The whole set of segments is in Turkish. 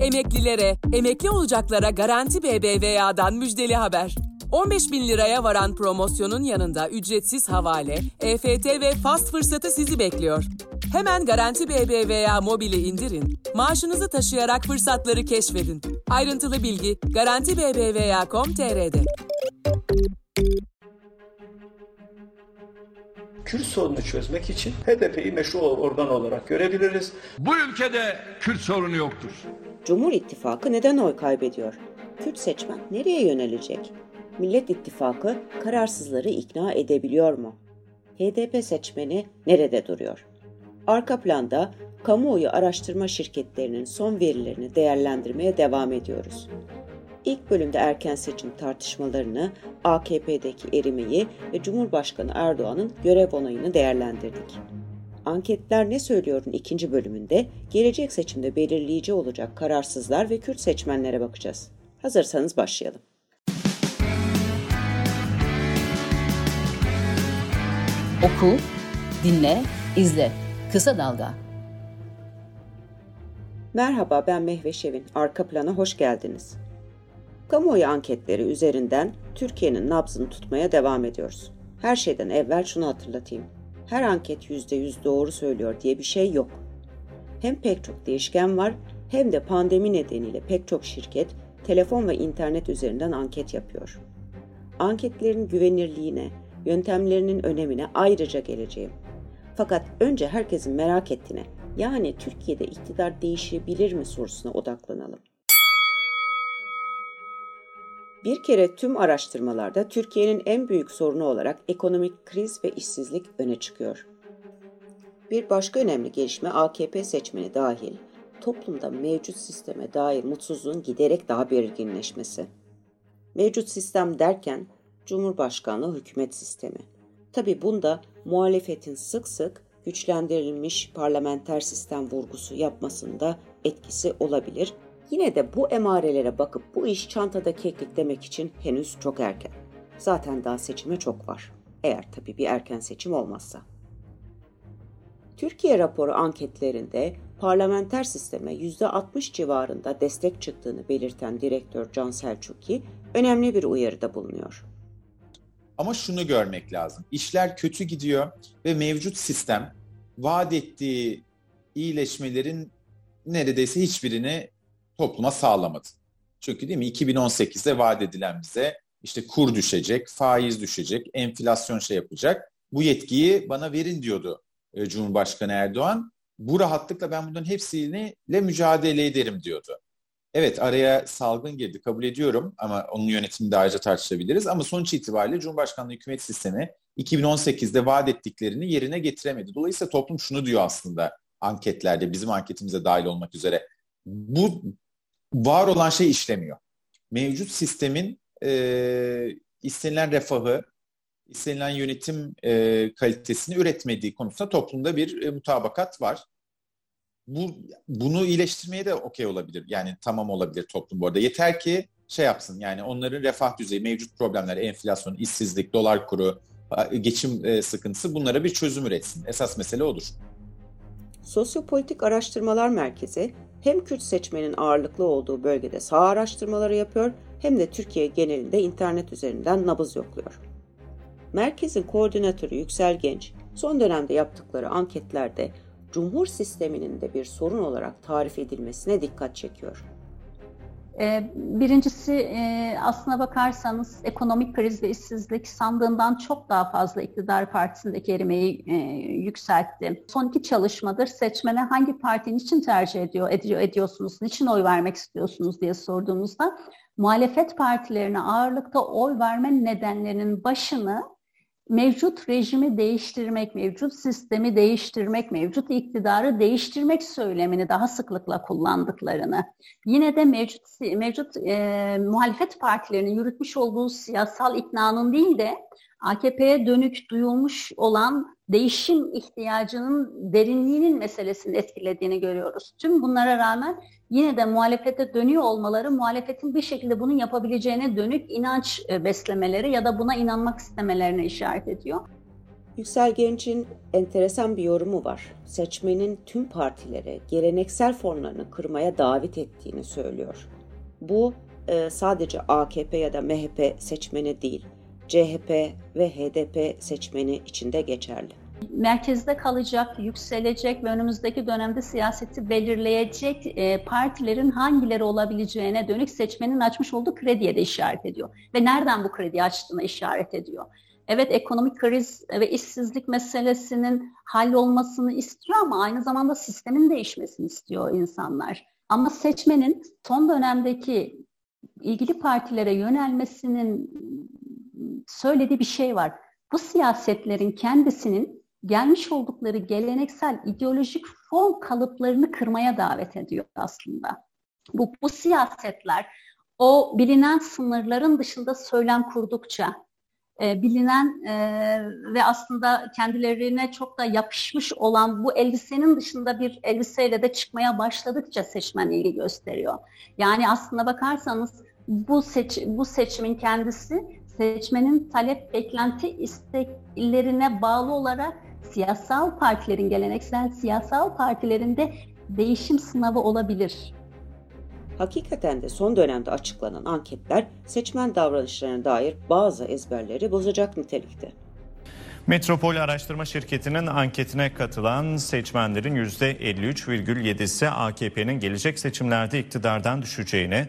Emeklilere, emekli olacaklara Garanti BBVA'dan müjdeli haber. 15.000 liraya varan promosyonun yanında ücretsiz havale, EFT ve fast fırsatı sizi bekliyor. Hemen Garanti BBVA mobili indirin, maaşınızı taşıyarak fırsatları keşfedin. Ayrıntılı bilgi garantibbva.com.tr'de. Kürt sorunu çözmek için HDP'yi meşru organ olarak görebiliriz. Bu ülkede Kürt sorunu yoktur. Cumhur İttifakı neden oy kaybediyor? Kürt seçmen nereye yönelecek? Millet İttifakı kararsızları ikna edebiliyor mu? HDP seçmeni nerede duruyor? Arka planda kamuoyu araştırma şirketlerinin son verilerini değerlendirmeye devam ediyoruz. İlk bölümde erken seçim tartışmalarını, AKP'deki erimeyi ve Cumhurbaşkanı Erdoğan'ın görev onayını değerlendirdik. Anketler ne söylüyor'un ikinci bölümünde gelecek seçimde belirleyici olacak kararsızlar ve Kürt seçmenlere bakacağız. Hazırsanız başlayalım. Oku, dinle, izle. Kısa Dalga. Merhaba, ben Mehve Şevin. Arka plana hoş geldiniz. Kamuoyu anketleri üzerinden Türkiye'nin nabzını tutmaya devam ediyoruz. Her şeyden evvel şunu hatırlatayım. Her anket %100 doğru söylüyor diye bir şey yok. Hem pek çok değişken var, hem de pandemi nedeniyle pek çok şirket telefon ve internet üzerinden anket yapıyor. Anketlerin güvenirliğine, yöntemlerinin önemine ayrıca geleceğim. Fakat önce herkesin merak ettiğine, yani Türkiye'de iktidar değişebilir mi sorusuna odaklanalım. Bir kere tüm araştırmalarda Türkiye'nin en büyük sorunu olarak ekonomik kriz ve işsizlik öne çıkıyor. Bir başka önemli gelişme AKP seçmeni dahil toplumda mevcut sisteme dair mutsuzluğun giderek daha belirginleşmesi. Mevcut sistem derken Cumhurbaşkanlığı hükümet sistemi. Tabii bunda muhalefetin sık sık güçlendirilmiş parlamenter sistem vurgusu yapmasında etkisi olabilir. Yine de bu emarelere bakıp bu iş çantada keklik demek için henüz çok erken. Zaten daha seçime çok var. Eğer tabii bir erken seçim olmazsa. Türkiye raporu anketlerinde parlamenter sisteme %60 civarında destek çıktığını belirten direktör Can Selçuk'i önemli bir uyarıda bulunuyor. Ama şunu görmek lazım. İşler kötü gidiyor ve mevcut sistem vaat ettiği iyileşmelerin neredeyse hiçbirini topluma sağlamadı. Çünkü değil mi 2018'de vaat edilen bize işte kur düşecek, faiz düşecek, enflasyon yapacak. Bu yetkiyi bana verin diyordu Cumhurbaşkanı Erdoğan. Bu rahatlıkla ben bunların hepsiyle mücadele ederim diyordu. Evet, araya salgın girdi, kabul ediyorum ama onun yönetimini de ayrıca tartışabiliriz. Ama sonuç itibariyle Cumhurbaşkanlığı hükümet sistemi 2018'de vaat ettiklerini yerine getiremedi. Dolayısıyla toplum şunu diyor aslında anketlerde, bizim anketimize dahil olmak üzere. Bu var olan şey işlemiyor. Mevcut sistemin istenilen refahı, istenilen yönetim kalitesini üretmediği konusunda toplumda bir mutabakat var. Bunu iyileştirmeye de okey olabilir. Yani tamam olabilir toplum bu arada. Yeter ki yapsın, yani onların refah düzeyi, mevcut problemler, enflasyon, işsizlik, dolar kuru, geçim sıkıntısı, bunlara bir çözüm üretsin. Esas mesele odur. Sosyopolitik Araştırmalar Merkezi hem Kürt seçmenin ağırlıklı olduğu bölgede saha araştırmaları yapıyor hem de Türkiye genelinde internet üzerinden nabız yokluyor. Merkezin koordinatörü Yüksel Genç, son dönemde yaptıkları anketlerde Cumhur sisteminin de bir sorun olarak tarif edilmesine dikkat çekiyor. Birincisi aslına bakarsanız ekonomik kriz ve işsizlik sandığından çok daha fazla iktidar partisindeki erimeyi yükseltti. Son 2 çalışmadır seçmene hangi partiyi için tercih ediyorsunuz, niçin oy vermek istiyorsunuz diye sorduğumuzda muhalefet partilerine ağırlıkta oy verme nedenlerinin başını mevcut rejimi değiştirmek, mevcut sistemi değiştirmek, mevcut iktidarı değiştirmek söylemini daha sıklıkla kullandıklarını, yine de mevcut muhalefet partilerinin yürütmüş olduğu siyasal iknanın değil de AKP'ye dönük duyulmuş olan değişim ihtiyacının derinliğinin meselesini etkilediğini görüyoruz. Tüm bunlara rağmen yine de muhalefete dönüyor olmaları, muhalefetin bir şekilde bunu yapabileceğine dönük inanç beslemeleri ya da buna inanmak istemelerine işaret ediyor. Yüksel Genç'in enteresan bir yorumu var. Seçmenin tüm partilere geleneksel formlarını kırmaya davet ettiğini söylüyor. Bu sadece AKP ya da MHP seçmeni değil, CHP ve HDP seçmeni için de geçerli. Merkezde kalacak, yükselecek ve önümüzdeki dönemde siyaseti belirleyecek partilerin hangileri olabileceğine dönük seçmenin açmış olduğu krediye de işaret ediyor. Ve nereden bu krediyi açtığına işaret ediyor. Evet, ekonomik kriz ve işsizlik meselesinin hallolmasını istiyor ama aynı zamanda sistemin değişmesini istiyor insanlar. Ama seçmenin son dönemdeki ilgili partilere yönelmesinin söylediği bir şey var. Bu siyasetlerin kendisinin gelmiş oldukları geleneksel ideolojik form kalıplarını kırmaya davet ediyor aslında. Bu siyasetler o bilinen sınırların dışında söylem kurdukça, bilinen ve aslında kendilerine çok da yapışmış olan bu elbisenin dışında bir elbiseyle de çıkmaya başladıkça seçmen ilgi gösteriyor. Yani aslına bakarsanız bu seçimin kendisi seçmenin talep, beklenti, isteklerine bağlı olarak siyasal partilerin, geleneksel siyasal partilerinde değişim sınavı olabilir. Hakikaten de son dönemde açıklanan anketler seçmen davranışlarına dair bazı ezberleri bozacak nitelikte. Metropol Araştırma Şirketi'nin anketine katılan seçmenlerin %53,7'si AKP'nin gelecek seçimlerde iktidardan düşeceğini,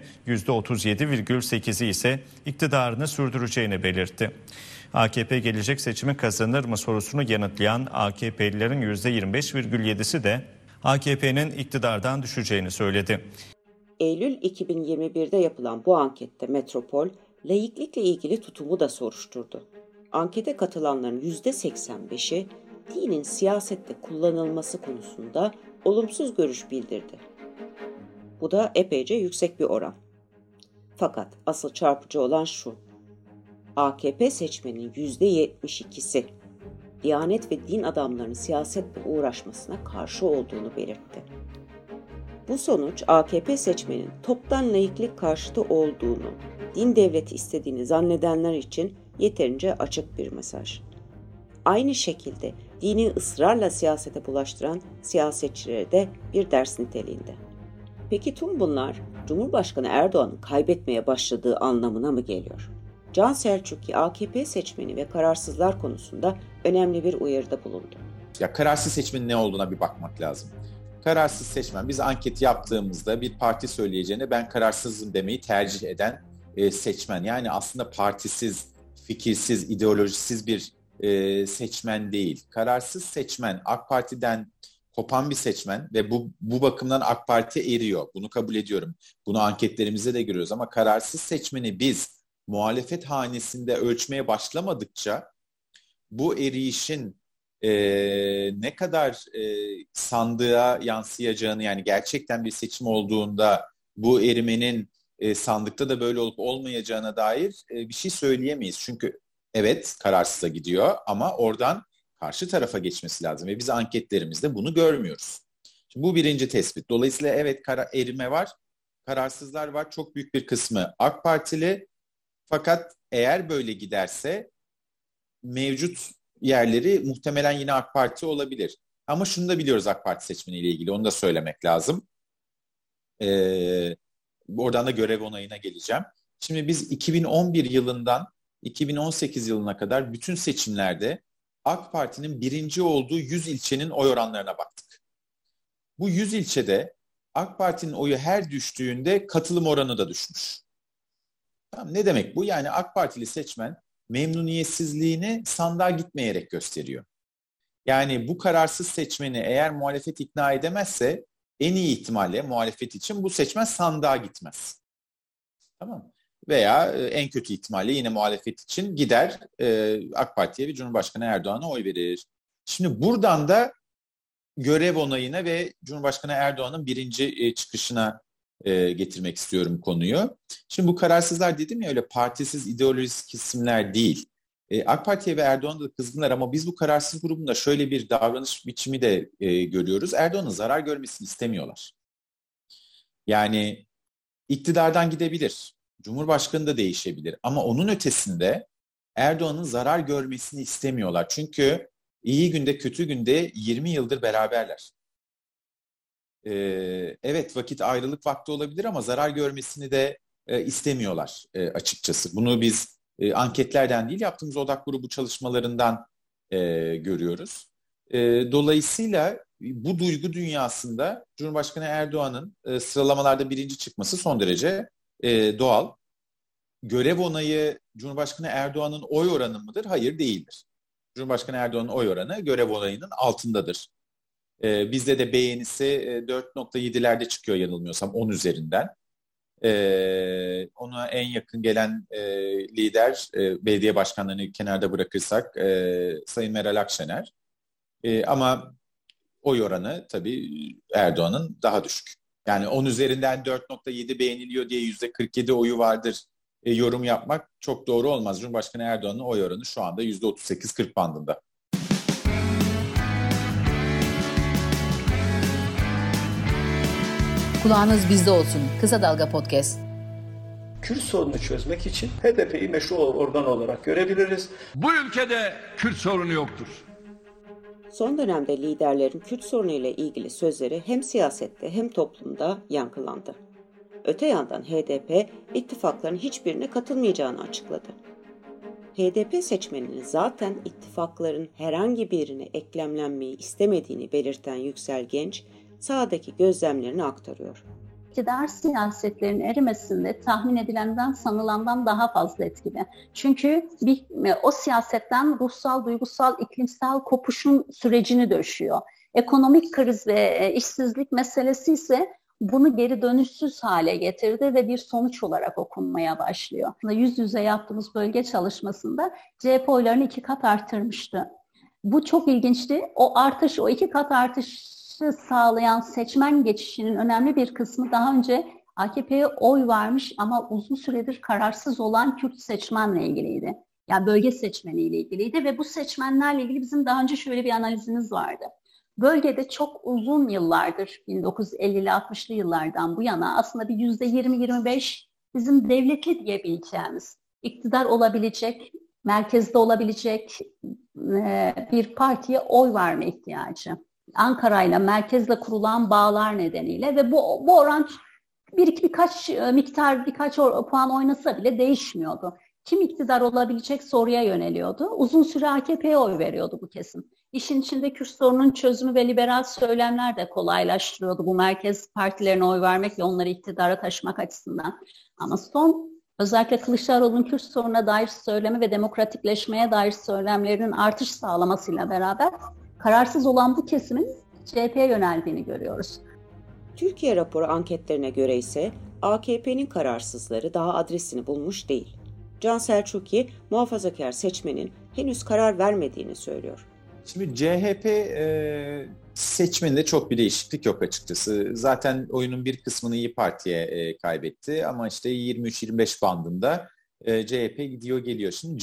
%37,8'i ise iktidarını sürdüreceğini belirtti. AKP gelecek seçimi kazanır mı sorusunu yanıtlayan AKP'lilerin %25,7'si de AKP'nin iktidardan düşeceğini söyledi. Eylül 2021'de yapılan bu ankette Metropol, laiklikle ilgili tutumu da soruşturdu. Ankete katılanların %85'i dinin siyasette kullanılması konusunda olumsuz görüş bildirdi. Bu da epeyce yüksek bir oran. Fakat asıl çarpıcı olan şu: AKP seçmeninin %72'si Diyanet ve din adamlarının siyasetle uğraşmasına karşı olduğunu belirtti. Bu sonuç AKP seçmenin toptan laiklik karşıtı olduğunu, din devleti istediğini zannedenler için yeterince açık bir mesaj. Aynı şekilde dini ısrarla siyasete bulaştıran siyasetçilere de bir ders niteliğinde. Peki tüm bunlar Cumhurbaşkanı Erdoğan'ın kaybetmeye başladığı anlamına mı geliyor? Can Selçuklu AKP seçmeni ve kararsızlar konusunda önemli bir uyarıda bulundu. Ya kararsız seçmenin ne olduğuna bir bakmak lazım. Kararsız seçmen, biz anket yaptığımızda bir parti söyleyeceğine ben kararsızım demeyi tercih eden seçmen. Yani aslında partisiz, fikirsiz, ideolojisiz bir seçmen değil. Kararsız seçmen, AK Parti'den kopan bir seçmen ve bu bakımdan AK Parti eriyor. Bunu kabul ediyorum. Bunu anketlerimizde de görüyoruz ama kararsız seçmeni biz muhalefet hanesinde ölçmeye başlamadıkça bu eriyişin ne kadar sandığa yansıyacağını, yani gerçekten bir seçim olduğunda bu erimenin sandıkta da böyle olup olmayacağına dair bir şey söyleyemeyiz. Çünkü evet kararsıza gidiyor ama oradan karşı tarafa geçmesi lazım ve biz anketlerimizde bunu görmüyoruz. Şimdi bu birinci tespit. Dolayısıyla evet erime var, kararsızlar var. Çok büyük bir kısmı AK Partili. Fakat eğer böyle giderse mevcut yerleri muhtemelen yine AK Parti olabilir. Ama şunu da biliyoruz AK Parti seçmeniyle ilgili, onu da söylemek lazım. Oradan da görev onayına geleceğim. Şimdi biz 2011 yılından 2018 yılına kadar bütün seçimlerde AK Parti'nin birinci olduğu 100 ilçenin oy oranlarına baktık. Bu 100 ilçede AK Parti'nin oyu her düştüğünde katılım oranı da düşmüş. Tamam, ne demek bu? Yani AK Partili seçmen memnuniyetsizliğini sandığa gitmeyerek gösteriyor. Yani bu kararsız seçmeni eğer muhalefet ikna edemezse en iyi ihtimalle muhalefet için bu seçmen sandığa gitmez. Tamam. Veya en kötü ihtimalle yine muhalefet için gider AK Parti'ye ve Cumhurbaşkanı Erdoğan'a oy verir. Şimdi buradan da görev onayına ve Cumhurbaşkanı Erdoğan'ın birinci çıkışına getirmek istiyorum konuyu. Şimdi bu kararsızlar dedim ya, öyle partisiz, ideolojik isimler değil. AK Parti'ye ve Erdoğan'a da kızgınlar ama biz bu kararsız grubunda şöyle bir davranış biçimi de görüyoruz. Erdoğan'ın zarar görmesini istemiyorlar. Yani iktidardan gidebilir, Cumhurbaşkanı da değişebilir ama onun ötesinde Erdoğan'ın zarar görmesini istemiyorlar. Çünkü iyi günde kötü günde 20 yıldır beraberler. Evet, vakit ayrılık vakti olabilir ama zarar görmesini de istemiyorlar açıkçası. Bunu biz anketlerden değil, yaptığımız odak grubu çalışmalarından görüyoruz. Dolayısıyla bu duygu dünyasında Cumhurbaşkanı Erdoğan'ın sıralamalarda birinci çıkması son derece doğal. Görev onayı Cumhurbaşkanı Erdoğan'ın oy oranı mıdır? Hayır, değildir. Cumhurbaşkanı Erdoğan'ın oy oranı görev onayının altındadır. Bizde de beğenisi 4.7'lerde çıkıyor yanılmıyorsam 10 üzerinden. Ona en yakın gelen lider, belediye başkanlarını kenarda bırakırsak Sayın Meral Akşener. Ama oy oranı tabii Erdoğan'ın daha düşük. Yani 10 üzerinden 4.7 beğeniliyor diye %47 oyu vardır yorum yapmak çok doğru olmaz. Cumhurbaşkanı Erdoğan'ın oy oranı şu anda %38-40 bandında. Kulağınız bizde olsun. Kısa Dalga Podcast. Kürt sorununu çözmek için HDP'yi meşru organ olarak görebiliriz. Bu ülkede Kürt sorunu yoktur. Son dönemde liderlerin Kürt sorunu ile ilgili sözleri hem siyasette hem toplumda yankılandı. Öte yandan HDP ittifakların hiçbirine katılmayacağını açıkladı. HDP seçmeninin zaten ittifakların herhangi birine eklemlenmeyi istemediğini belirten Yüksel Genç, sahadaki gözlemlerini aktarıyor. İktidar siyasetlerinin erimesinde tahmin edilenden, sanılandan daha fazla etkili. Çünkü o siyasetten ruhsal, duygusal, iklimsel kopuşun sürecini döşüyor. Ekonomik kriz ve işsizlik meselesi ise bunu geri dönüşsüz hale getirdi ve bir sonuç olarak okunmaya başlıyor. Yüz yüze yaptığımız bölge çalışmasında CHP oylarını 2 kat arttırmıştı. Bu çok ilginçti. O artış, o 2 kat artış sağlayan seçmen geçişinin önemli bir kısmı daha önce AKP'ye oy vermiş ama uzun süredir kararsız olan Kürt seçmenle ilgiliydi. Yani bölge seçmeniyle ilgiliydi ve bu seçmenlerle ilgili bizim daha önce şöyle bir analizimiz vardı. Bölgede çok uzun yıllardır, 1950'li 60'lı yıllardan bu yana aslında bir %20-25 bizim devletli diyebileceğimiz, iktidar olabilecek, merkezde olabilecek bir partiye oy verme ihtiyacı. Ankara'yla, merkezle kurulan bağlar nedeniyle ve bu oran birkaç puan oynasa bile değişmiyordu. Kim iktidar olabilecek soruya yöneliyordu. Uzun süre AKP'ye oy veriyordu bu kesim. İşin içinde Kürt sorunun çözümü ve liberal söylemler de kolaylaştırıyordu bu merkez partilerine oy vermek ve onları iktidara taşımak açısından. Ama özellikle Kılıçdaroğlu'nun Kürt sorununa dair söylemi ve demokratikleşmeye dair söylemlerinin artış sağlamasıyla beraber kararsız olan bu kesimin CHP'ye yöneldiğini görüyoruz. Türkiye raporu anketlerine göre ise AKP'nin kararsızları daha adresini bulmuş değil. Can Selçuk'i muhafazakar seçmenin henüz karar vermediğini söylüyor. Şimdi CHP seçmeninde çok bir değişiklik yok açıkçası. Zaten oyunun bir kısmını İYİ Parti'ye kaybetti ama işte 23-25 bandında CHP gidiyor geliyor. Şimdi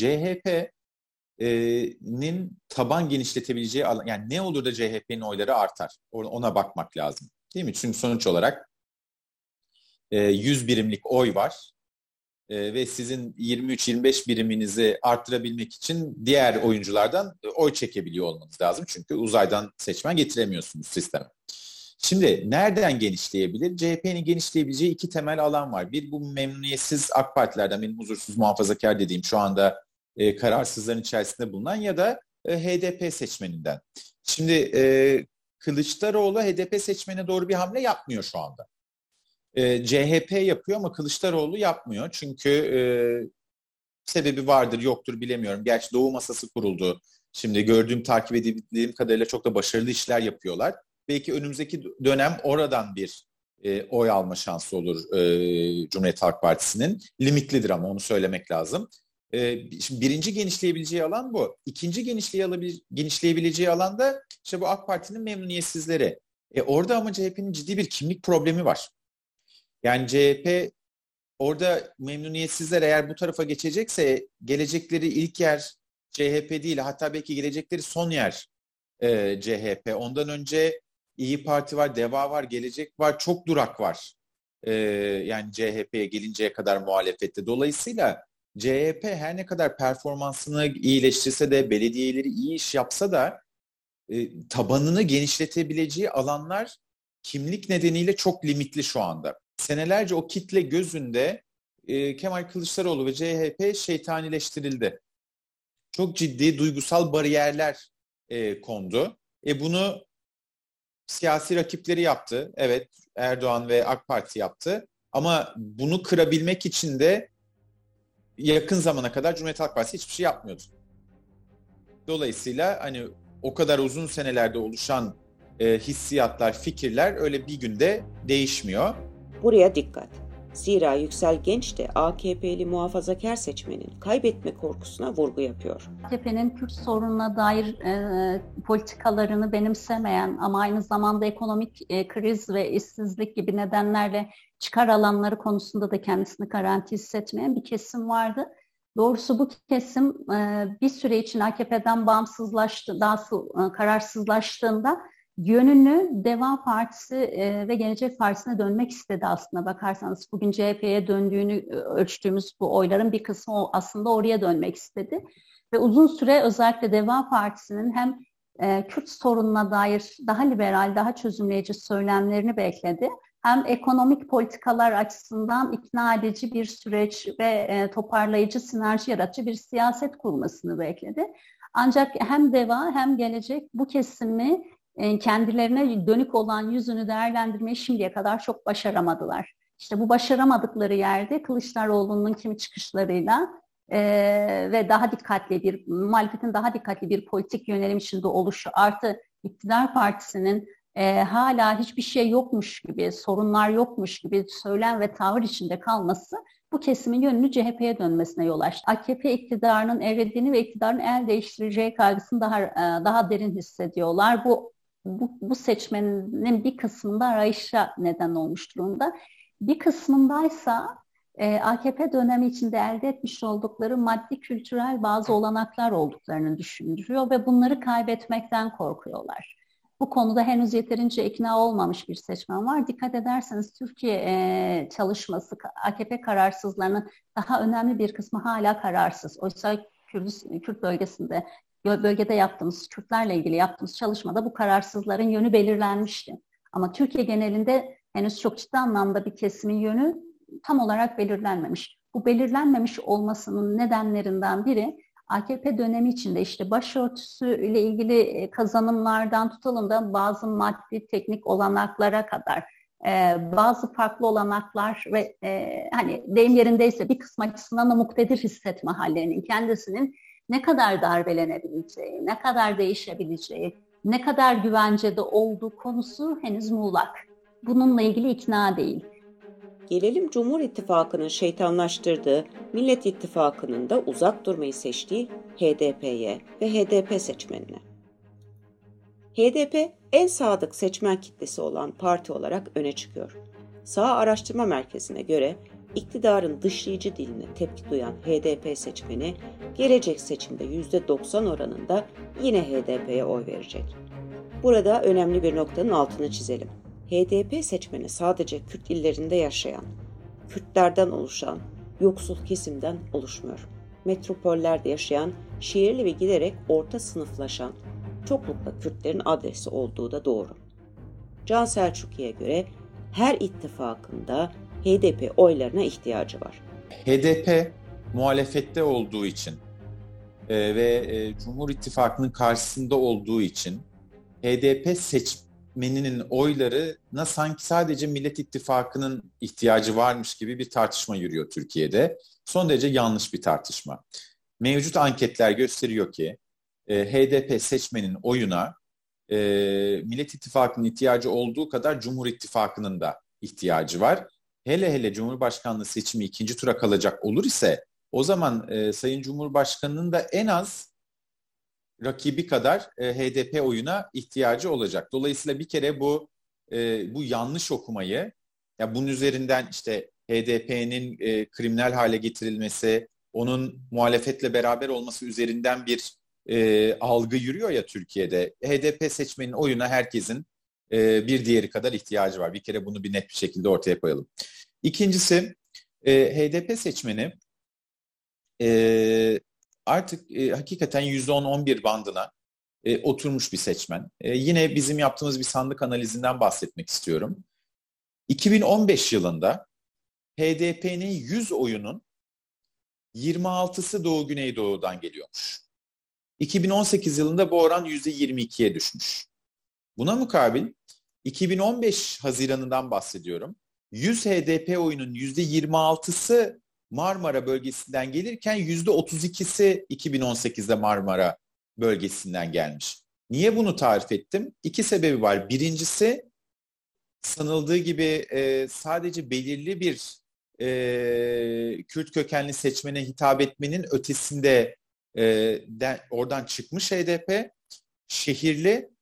CHP'nin taban genişletebileceği alan, yani ne olur da CHP'nin oyları artar? Ona bakmak lazım. Değil mi? Çünkü sonuç olarak 100 birimlik oy var. Ve sizin 23-25 biriminizi arttırabilmek için diğer oyunculardan oy çekebiliyor olmanız lazım. Çünkü uzaydan seçmen getiremiyorsunuz sisteme. Şimdi nereden genişleyebilir? CHP'nin genişleyebileceği 2 temel alan var. Bir, bu memnuniyetsiz AK Partilerden, benim huzursuz muhafazakar dediğim şu anda kararsızların içerisinde bulunan ya da HDP seçmeninden. Şimdi Kılıçdaroğlu HDP seçmenine doğru bir hamle yapmıyor şu anda. CHP yapıyor ama Kılıçdaroğlu yapmıyor. Çünkü sebebi vardır yoktur bilemiyorum. Gerçi Doğu Masası kuruldu. Şimdi takip edildiğim kadarıyla çok da başarılı işler yapıyorlar. Belki önümüzdeki dönem oradan bir oy alma şansı olur Cumhuriyet Halk Partisi'nin. Limitlidir ama onu söylemek lazım. Şimdi birinci genişleyebileceği alan bu. İkinci genişleyebileceği alan da işte bu AK Parti'nin memnuniyetsizleri. Orada ama CHP'nin ciddi bir kimlik problemi var. Yani CHP orada memnuniyetsizler eğer bu tarafa geçecekse gelecekleri ilk yer CHP değil, hatta belki gelecekleri son yer CHP. Ondan önce İYİ Parti var, DEVA var, Gelecek var, çok durak var. Yani CHP'ye gelinceye kadar muhalefette. Dolayısıyla CHP her ne kadar performansını iyileştirse de, belediyeleri iyi iş yapsa da tabanını genişletebileceği alanlar kimlik nedeniyle çok limitli şu anda. Senelerce o kitle gözünde Kemal Kılıçdaroğlu ve CHP şeytanileştirildi. Çok ciddi duygusal bariyerler kondu. Bunu siyasi rakipleri yaptı. Evet, Erdoğan ve AK Parti yaptı. Ama bunu kırabilmek için de yakın zamana kadar Cumhuriyet Halk Partisi hiçbir şey yapmıyordu. Dolayısıyla hani o kadar uzun senelerde oluşan hissiyatlar, fikirler öyle bir günde değişmiyor. Buraya dikkat. Zira Yüksel Genç de AKP'li muhafazakar seçmenin kaybetme korkusuna vurgu yapıyor. AKP'nin Kürt sorununa dair politikalarını benimsemeyen ama aynı zamanda ekonomik kriz ve işsizlik gibi nedenlerle çıkar alanları konusunda da kendisini garanti hissetmeyen bir kesim vardı. Doğrusu bu kesim bir süre için AKP'den kararsızlaştığında yönünü Deva Partisi ve Gelecek Partisi'ne dönmek istedi aslında bakarsanız. Bugün CHP'ye döndüğünü ölçtüğümüz bu oyların bir kısmı aslında oraya dönmek istedi. Ve uzun süre özellikle Deva Partisi'nin hem Kürt sorununa dair daha liberal, daha çözümleyici söylemlerini bekledi. Hem ekonomik politikalar açısından ikna edici bir süreç ve toparlayıcı, sinerji yaratıcı bir siyaset kurmasını bekledi. Ancak hem Deva hem Gelecek bu kesimi kendilerine dönük olan yüzünü değerlendirmeyi şimdiye kadar çok başaramadılar. İşte bu başaramadıkları yerde Kılıçdaroğlu'nun kimi çıkışlarıyla ve muhalefetin daha dikkatli bir politik yönelim içinde oluşu artı iktidar partisinin hala hiçbir şey yokmuş gibi, sorunlar yokmuş gibi söylem ve tavır içinde kalması bu kesimin yönünü CHP'ye dönmesine yol açtı. AKP iktidarının evrediğini ve iktidarın el değiştireceği kaygısını daha derin hissediyorlar. Bu seçmenin bir kısmında arayışa neden olmuş durumda. Bir kısmındaysa AKP dönemi içinde elde etmiş oldukları maddi kültürel bazı olanaklar olduklarını düşündürüyor ve bunları kaybetmekten korkuyorlar. Bu konuda henüz yeterince ikna olmamış bir seçmen var. Dikkat ederseniz Türkiye çalışması AKP kararsızlarının daha önemli bir kısmı hala kararsız. Oysa Kürt bölgede yaptığımız, Kürtlerle ilgili yaptığımız çalışmada bu kararsızların yönü belirlenmişti. Ama Türkiye genelinde henüz çok ciddi anlamda bir kesimin yönü tam olarak belirlenmemiş. Bu belirlenmemiş olmasının nedenlerinden biri AKP dönemi içinde işte başörtüsüyle ilgili kazanımlardan tutalım da bazı maddi teknik olanaklara kadar bazı farklı olanaklar ve hani deyim yerindeyse bir kısım açısından da muktedir hissetme hallerinin kendisinin ne kadar darbelenebileceği, ne kadar değişebileceği, ne kadar güvencede olduğu konusu henüz muğlak. Bununla ilgili ikna değil. Gelelim Cumhur İttifakı'nın şeytanlaştırdığı, Millet İttifakı'nın da uzak durmayı seçtiği HDP'ye ve HDP seçmenine. HDP en sadık seçmen kitlesi olan parti olarak öne çıkıyor. Sağ Araştırma Merkezi'ne göre iktidarın dışlayıcı diline tepki duyan HDP seçmeni gelecek seçimde %90 oranında yine HDP'ye oy verecek. Burada önemli bir noktanın altını çizelim. HDP seçmeni sadece Kürt illerinde yaşayan, Kürtlerden oluşan, yoksul kesimden oluşmuyor. Metropollerde yaşayan, şehirli ve giderek orta sınıflaşan, çoklukla Kürtlerin adresi olduğu da doğru. Can Selçuklu'ya göre her ittifakında HDP oylarına ihtiyacı var. HDP muhalefette olduğu için ve Cumhur İttifakı'nın karşısında olduğu için HDP seçmeninin oylarına sanki sadece Millet İttifakı'nın ihtiyacı varmış gibi bir tartışma yürüyor Türkiye'de. Son derece yanlış bir tartışma. Mevcut anketler gösteriyor ki HDP seçmenin oyuna Millet İttifakı'nın ihtiyacı olduğu kadar Cumhur İttifakı'nın da ihtiyacı var. Hele Cumhurbaşkanlığı seçimi ikinci tura kalacak olur ise o zaman Sayın Cumhurbaşkanı'nın da en az rakibi kadar HDP oyuna ihtiyacı olacak. Dolayısıyla bir kere bu yanlış okumayı, ya bunun üzerinden işte HDP'nin kriminal hale getirilmesi, onun muhalefetle beraber olması üzerinden bir algı yürüyor ya Türkiye'de. HDP seçmenin oyuna herkesin bir diğeri kadar ihtiyacı var. Bir kere bunu bir net bir şekilde ortaya koyalım. İkincisi, HDP seçmeni artık hakikaten %10-11 bandına oturmuş bir seçmen. Yine bizim yaptığımız bir sandık analizinden bahsetmek istiyorum. 2015 yılında HDP'nin 100 oyunun 26'sı Doğu Güneydoğu'dan geliyormuş. 2018 yılında bu oran %22'ye düşmüş. Buna mukabil 2015 Haziran'ından bahsediyorum. 100 HDP oyunun %26'sı Marmara bölgesinden gelirken %32'si 2018'de Marmara bölgesinden gelmiş. Niye bunu tarif ettim? 2 sebebi var. Birincisi, sanıldığı gibi sadece belirli bir Kürt kökenli seçmene hitap etmenin ötesinde oradan çıkmış HDP. Şehirli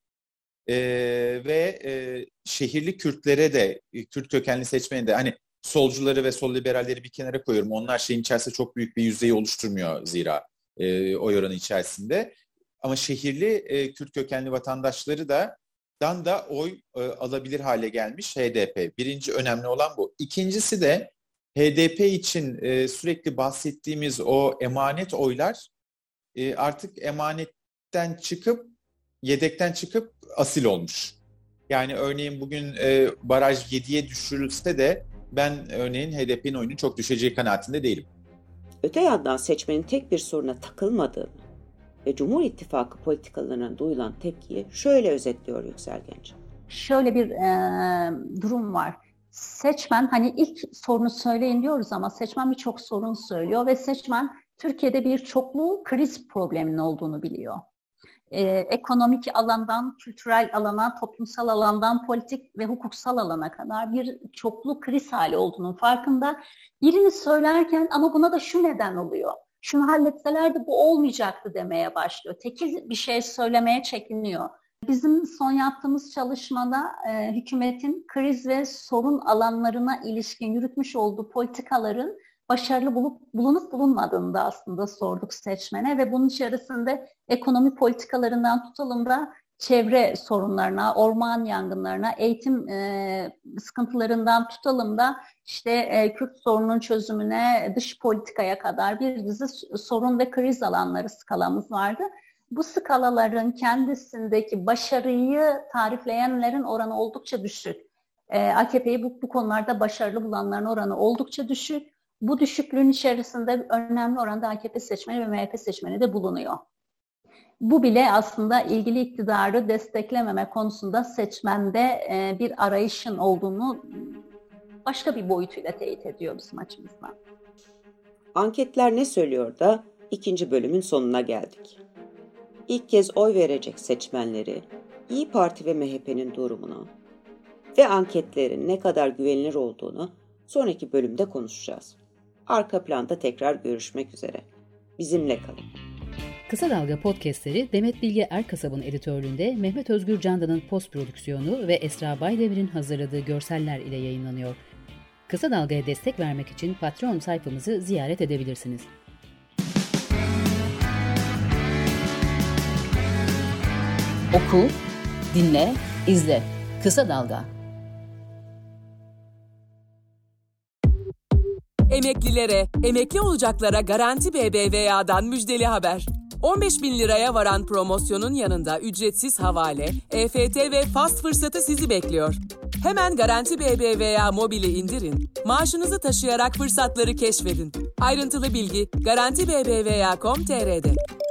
ve şehirli Kürtlere de, Kürt kökenli seçmene de, hani solcuları ve sol liberalleri bir kenara koyuyorum. Onlar şeyin içerisinde çok büyük bir yüzdeyi oluşturmuyor zira oy oranı içerisinde. Ama şehirli Kürt kökenli vatandaşları da oy alabilir hale gelmiş HDP. Birinci önemli olan bu. İkincisi de HDP için sürekli bahsettiğimiz o emanet oylar artık emanetten çıkıp, yedekten çıkıp asil olmuş. Yani örneğin bugün baraj 7'ye düşürülse de ben örneğin HDP'nin oyunun çok düşeceği kanaatinde değilim. Öte yandan seçmenin tek bir soruna takılmadığını ve Cumhur İttifakı politikalarına duyulan tepkiyi şöyle özetliyor Yüksel Genç. Şöyle bir durum var. Seçmen, hani ilk sorunu söyleyin diyoruz ama seçmen birçok sorun söylüyor ve seçmen Türkiye'de bir çoklu kriz probleminin olduğunu biliyor. Ekonomik alandan, kültürel alana, toplumsal alandan, politik ve hukuksal alana kadar bir çoklu kriz hali olduğunun farkında. Birini söylerken ama buna da şu neden oluyor, şunu halletselerdi bu olmayacaktı demeye başlıyor. Tekil bir şey söylemeye çekiniyor. Bizim son yaptığımız çalışmada hükümetin kriz ve sorun alanlarına ilişkin yürütmüş olduğu politikaların başarılı bulunup bulunmadığını da aslında sorduk seçmene ve bunun içerisinde ekonomi politikalarından tutalım da çevre sorunlarına, orman yangınlarına, eğitim sıkıntılarından tutalım da işte Kürt sorunun çözümüne, dış politikaya kadar bir dizi sorun ve kriz alanları skalamız vardı. Bu skalaların kendisindeki başarıyı tarifleyenlerin oranı oldukça düşük. AKP'yi bu konularda başarılı bulanların oranı oldukça düşük. Bu düşüklüğün içerisinde önemli oranda AKP seçmeni ve MHP seçmeni de bulunuyor. Bu bile aslında ilgili iktidarı desteklememe konusunda seçmende bir arayışın olduğunu başka bir boyutuyla teyit ediyor bizim açımızdan. Anketler ne söylüyor da ikinci bölümün sonuna geldik. İlk kez oy verecek seçmenleri, İYİ Parti ve MHP'nin durumunu ve anketlerin ne kadar güvenilir olduğunu sonraki bölümde konuşacağız. Arka planda tekrar görüşmek üzere. Bizimle kalın. Kısa Dalga podcastleri Demet Bilge Erkasab'ın editörlüğünde Mehmet Özgür Candan'ın post prodüksiyonu ve Esra Baydemir'in hazırladığı görseller ile yayınlanıyor. Kısa Dalga'ya destek vermek için Patreon sayfamızı ziyaret edebilirsiniz. Oku, dinle, izle. Kısa Dalga. Emeklilere, emekli olacaklara Garanti BBVA'dan müjdeli haber. 15.000 liraya varan promosyonun yanında ücretsiz havale, EFT ve fast fırsatı sizi bekliyor. Hemen Garanti BBVA mobili indirin, maaşınızı taşıyarak fırsatları keşfedin. Ayrıntılı bilgi garantibbva.com.tr'de.